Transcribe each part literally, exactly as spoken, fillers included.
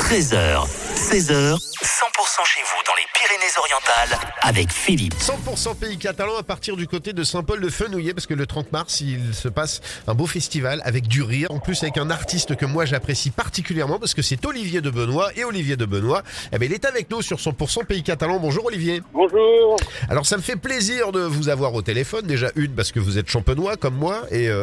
treize heures, seize heures, cent pour cent chez vous dans les Pyrénées-Orientales avec Philippe. cent pour cent pays catalan à partir du côté de Saint-Paul-de-Fenouillet, parce que le trente mars, il se passe un beau festival avec du rire. En plus, avec un artiste que moi j'apprécie particulièrement, parce que c'est Olivier de Benoît. Et Olivier de Benoît, eh bien, il est avec nous sur cent pour cent pays catalan. Bonjour Olivier. Bonjour. Alors ça me fait plaisir de vous avoir au téléphone. Déjà une, parce que vous êtes champenois comme moi. Et, euh...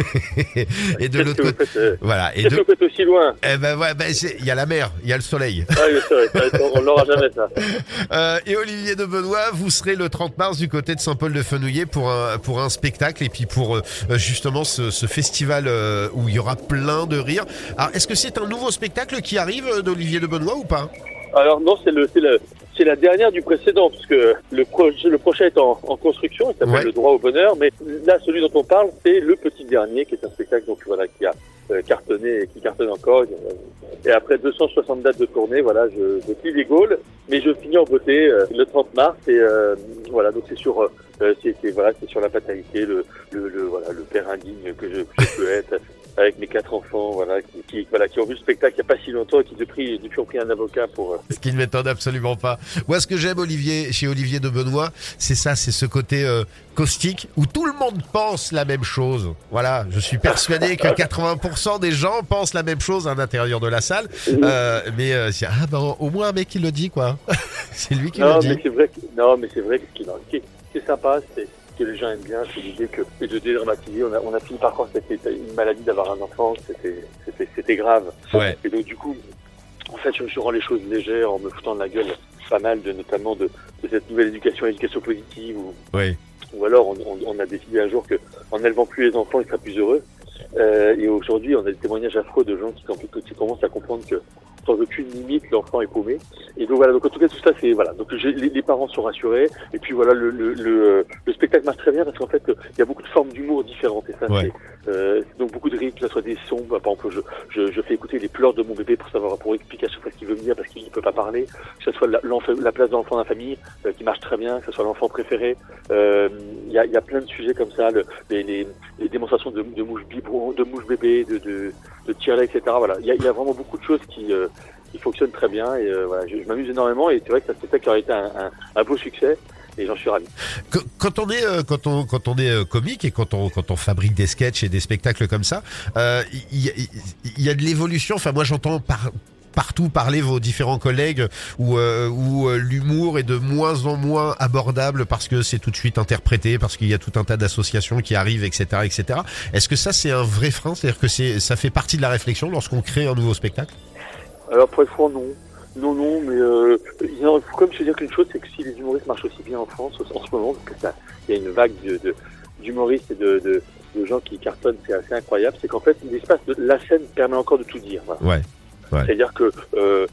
et de l'autre côté... Faites, euh... Voilà. Et Qu'est-ce de... que vous faites aussi loin? Eh ben, ouais, ben, c'est... il y a la mer, il y a le soleil. Ah oui, c'est vrai, on l'aura jamais ça. Euh, et Olivier de Benoît, vous serez le trente mars du côté de Saint-Paul-de-Fenouillet pour un, pour un spectacle et puis pour euh, justement ce, ce festival euh, où il y aura plein de rires. Alors, est-ce que c'est un nouveau spectacle qui arrive euh, d'Olivier de Benoît ou pas? Alors non, c'est le, c'est le, c'est la dernière du précédent, parce que le, pro, le prochain est en, en construction, il s'appelle Ouais. Le Droit au Bonheur, mais là, celui dont on parle, c'est Le Petit Dernier, qui est un spectacle donc voilà qui a euh, cartonné et qui cartonne encore. Et après deux cent soixante dates de tournée, voilà, je, je plie les Gaules, mais je finis en beauté euh, le trente mars. Et euh, voilà, donc c'est sur, euh, c'est, c'est voilà, c'est sur la fatalité, le, le, le voilà, le père indigne que je, que je peux être. Avec mes quatre enfants, voilà, qui, qui, voilà, qui ont vu le spectacle il n'y a pas si longtemps et qui depuis, depuis ont pris un avocat pour. Euh... Ce qui ne m'étonne absolument pas. Moi, ce que j'aime, Olivier, chez Olivier de Benoît, c'est ça, c'est ce côté euh, caustique où tout le monde pense la même chose. Voilà, je suis persuadé que quatre-vingts pour cent des gens pensent la même chose à l'intérieur de la salle. Euh, mais euh, c'est, ah ben, au moins un mec qui le dit, quoi. C'est lui qui non, le dit. Mais c'est vrai que, non, mais c'est vrai que ce qui, qui, qui est sympa, c'est que les gens aiment bien, c'est l'idée que c'est de dédramatiser. On a, on a fini par contre, c'était une maladie d'avoir un enfant, c'était, c'était, c'était grave. Ouais. Et donc du coup, en fait, je, je rends les choses légères en me foutant de la gueule pas mal de, notamment de, de cette nouvelle éducation, éducation positive, ou, Oui. ou alors on, on, on a décidé un jour que en élevant plus les enfants, ils seraient plus heureux. Euh, et aujourd'hui, on a des témoignages affreux de gens qui, qui commencent à comprendre que sans aucune limite, l'enfant est paumé. Et donc voilà, donc en tout cas tout ça c'est voilà. Donc j'ai, les, les parents sont rassurés. Et puis voilà, le le le, le spectacle marche très bien parce qu'en fait il y a beaucoup de formes d'humour différentes. Et ça Ouais. c'est euh, donc beaucoup de rires, que ce soit des sons. Par exemple, je, je je fais écouter les pleurs de mon bébé pour savoir pour expliquer à chaque fois ce qu'il veut me dire parce qu'il ne peut pas parler. Que ce soit la, la place de l'enfant dans la famille euh, qui marche très bien, que ce soit l'enfant préféré. Il euh, y a il y a plein de sujets comme ça. Le, les, les les démonstrations de de mouches biberon, de mouches bébés, de de de tire-lait, et cetera. Voilà, il y a il y a vraiment beaucoup de choses qui euh, qui fonctionne très bien et euh, voilà, je, je m'amuse énormément et c'est vrai que ça c'était qui aurait été un, un, un beau succès et j'en suis ravi. Quand on est euh, quand on quand on est euh, comique et quand on quand on fabrique des sketchs et des spectacles comme ça, euh, il y, y, y a de l'évolution. Enfin, moi j'entends par partout parler vos différents collègues où, euh, où euh, l'humour est de moins en moins abordable parce que c'est tout de suite interprété, parce qu'il y a tout un tas d'associations qui arrivent, et cetera, et cetera. Est-ce que ça c'est un vrai frein, c'est-à-dire que c'est ça fait partie de la réflexion lorsqu'on crée un nouveau spectacle? Alors pour être franc, non. Non, non, mais euh, il faut quand même se dire qu'une chose, c'est que si les humoristes marchent aussi bien en France en ce moment, parce que ça, il y a une vague de, de, d'humoristes et de, de, de gens qui cartonnent, c'est assez incroyable, c'est qu'en fait, l'espace de la scène permet encore de tout dire. Voilà. Ouais. Ouais. C'est-à-dire que euh,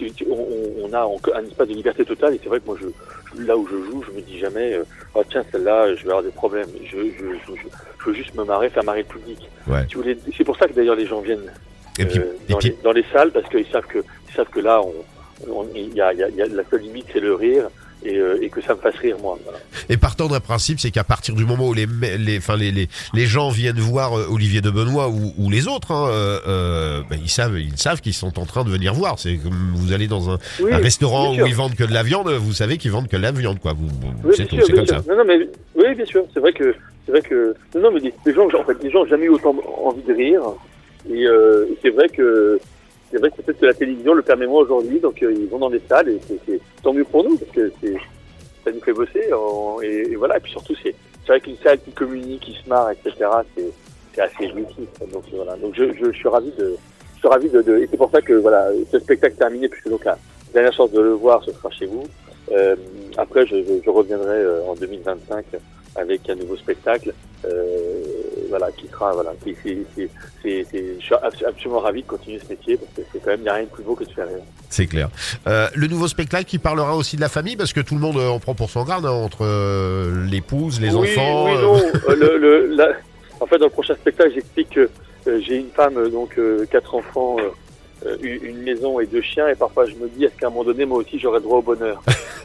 on, on a un espace de liberté totale et c'est vrai que moi, je, là où je joue, je me dis jamais, euh, oh tiens celle-là, je vais avoir des problèmes. Je, je, je, je, je veux juste me marrer, faire marrer le public. Ouais. Si vous voulez, c'est pour ça que d'ailleurs les gens viennent Et puis, euh, et dans, puis... les, dans les salles parce qu'ils savent que ils savent que là, on, on, il y a, il y a, il y a la seule limite, c'est le rire. Et, euh, et que ça me fasse rire moi. Voilà. Et partant d'un principe, c'est qu'à partir du moment où les les enfin les les, les gens viennent voir euh, Olivier de Benoît ou, ou les autres, hein, euh, euh, ben, ils savent ils savent qu'ils sont en train de venir voir. C'est comme vous allez dans un, oui, un restaurant où sûr. ils vendent que de la viande, vous savez qu'ils vendent que de la viande, quoi. Vous, vous Oui, c'est, bien tout, sûr, c'est bien comme sûr. ça. Non, non, mais oui, bien sûr. C'est vrai que c'est vrai que non, non, mais les, les gens, en fait, les gens ont jamais eu autant envie de rire. Et euh, c'est vrai que c'est vrai que peut-être que la télévision le permet moins aujourd'hui, donc euh, ils vont dans les salles et c'est, c'est tant mieux pour nous parce que c'est ça nous fait bosser en, et, et voilà. Et puis surtout, c'est, c'est vrai qu'une salle qui communique, qui se marre, et cetera. C'est, c'est assez jouissif. Donc voilà. Donc je, je, je suis ravi de, je suis ravi de, de et c'est pour ça que voilà, ce spectacle terminé, puisque donc la dernière chance de le voir, ce sera chez vous. Euh, après, je, je, je reviendrai euh, en deux mille vingt-cinq avec un nouveau spectacle. Euh, voilà, qui sera, voilà, qui, c'est, c'est, c'est, c'est, je suis absolument ravi de continuer ce métier parce que c'est quand même, il n'y a rien de plus beau que de faire rire. C'est clair. Euh, le nouveau spectacle qui parlera aussi de la famille parce que tout le monde en prend pour son garde, hein, entre euh, l'épouse, les oui, enfants. Oui, euh... non. euh, le, le, la... En fait, dans le prochain spectacle, j'explique que euh, j'ai une femme, donc euh, quatre enfants, euh, une maison et deux chiens, et parfois je me dis, est-ce qu'à un moment donné, moi aussi, j'aurai droit au bonheur?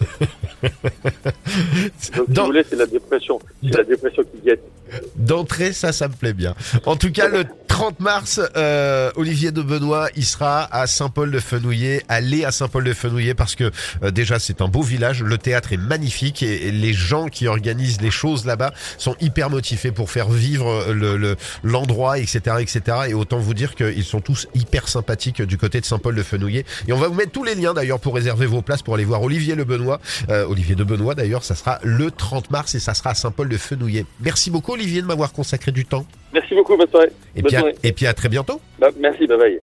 Donc, si Dans... vous voulez, c'est la dépression. C'est Dans... la dépression qui guette. D'entrée, ça, ça me plaît bien. En tout cas, le trente mars, euh, Olivier de Benoît, il sera à Saint-Paul-de-Fenouillet. Allez à Saint-Paul-de-Fenouillet parce que euh, déjà c'est un beau village, le théâtre est magnifique et, et les gens qui organisent les choses là-bas sont hyper motivés pour faire vivre le, le, l'endroit, et cetera, et cetera. Et autant vous dire qu'ils sont tous hyper sympathiques du côté de Saint-Paul-de-Fenouillet. Et on va vous mettre tous les liens d'ailleurs pour réserver vos places pour aller voir Olivier Le Benoît. Euh, Olivier de Benoît d'ailleurs, ça sera le trente mars et ça sera à Saint-Paul-de-Fenouillet. Merci beaucoup Olivier de m'avoir consacré du temps. Merci beaucoup, bonne soirée. Et Bonne puis, à, soirée. et puis à très bientôt. Bah, merci, bye bye.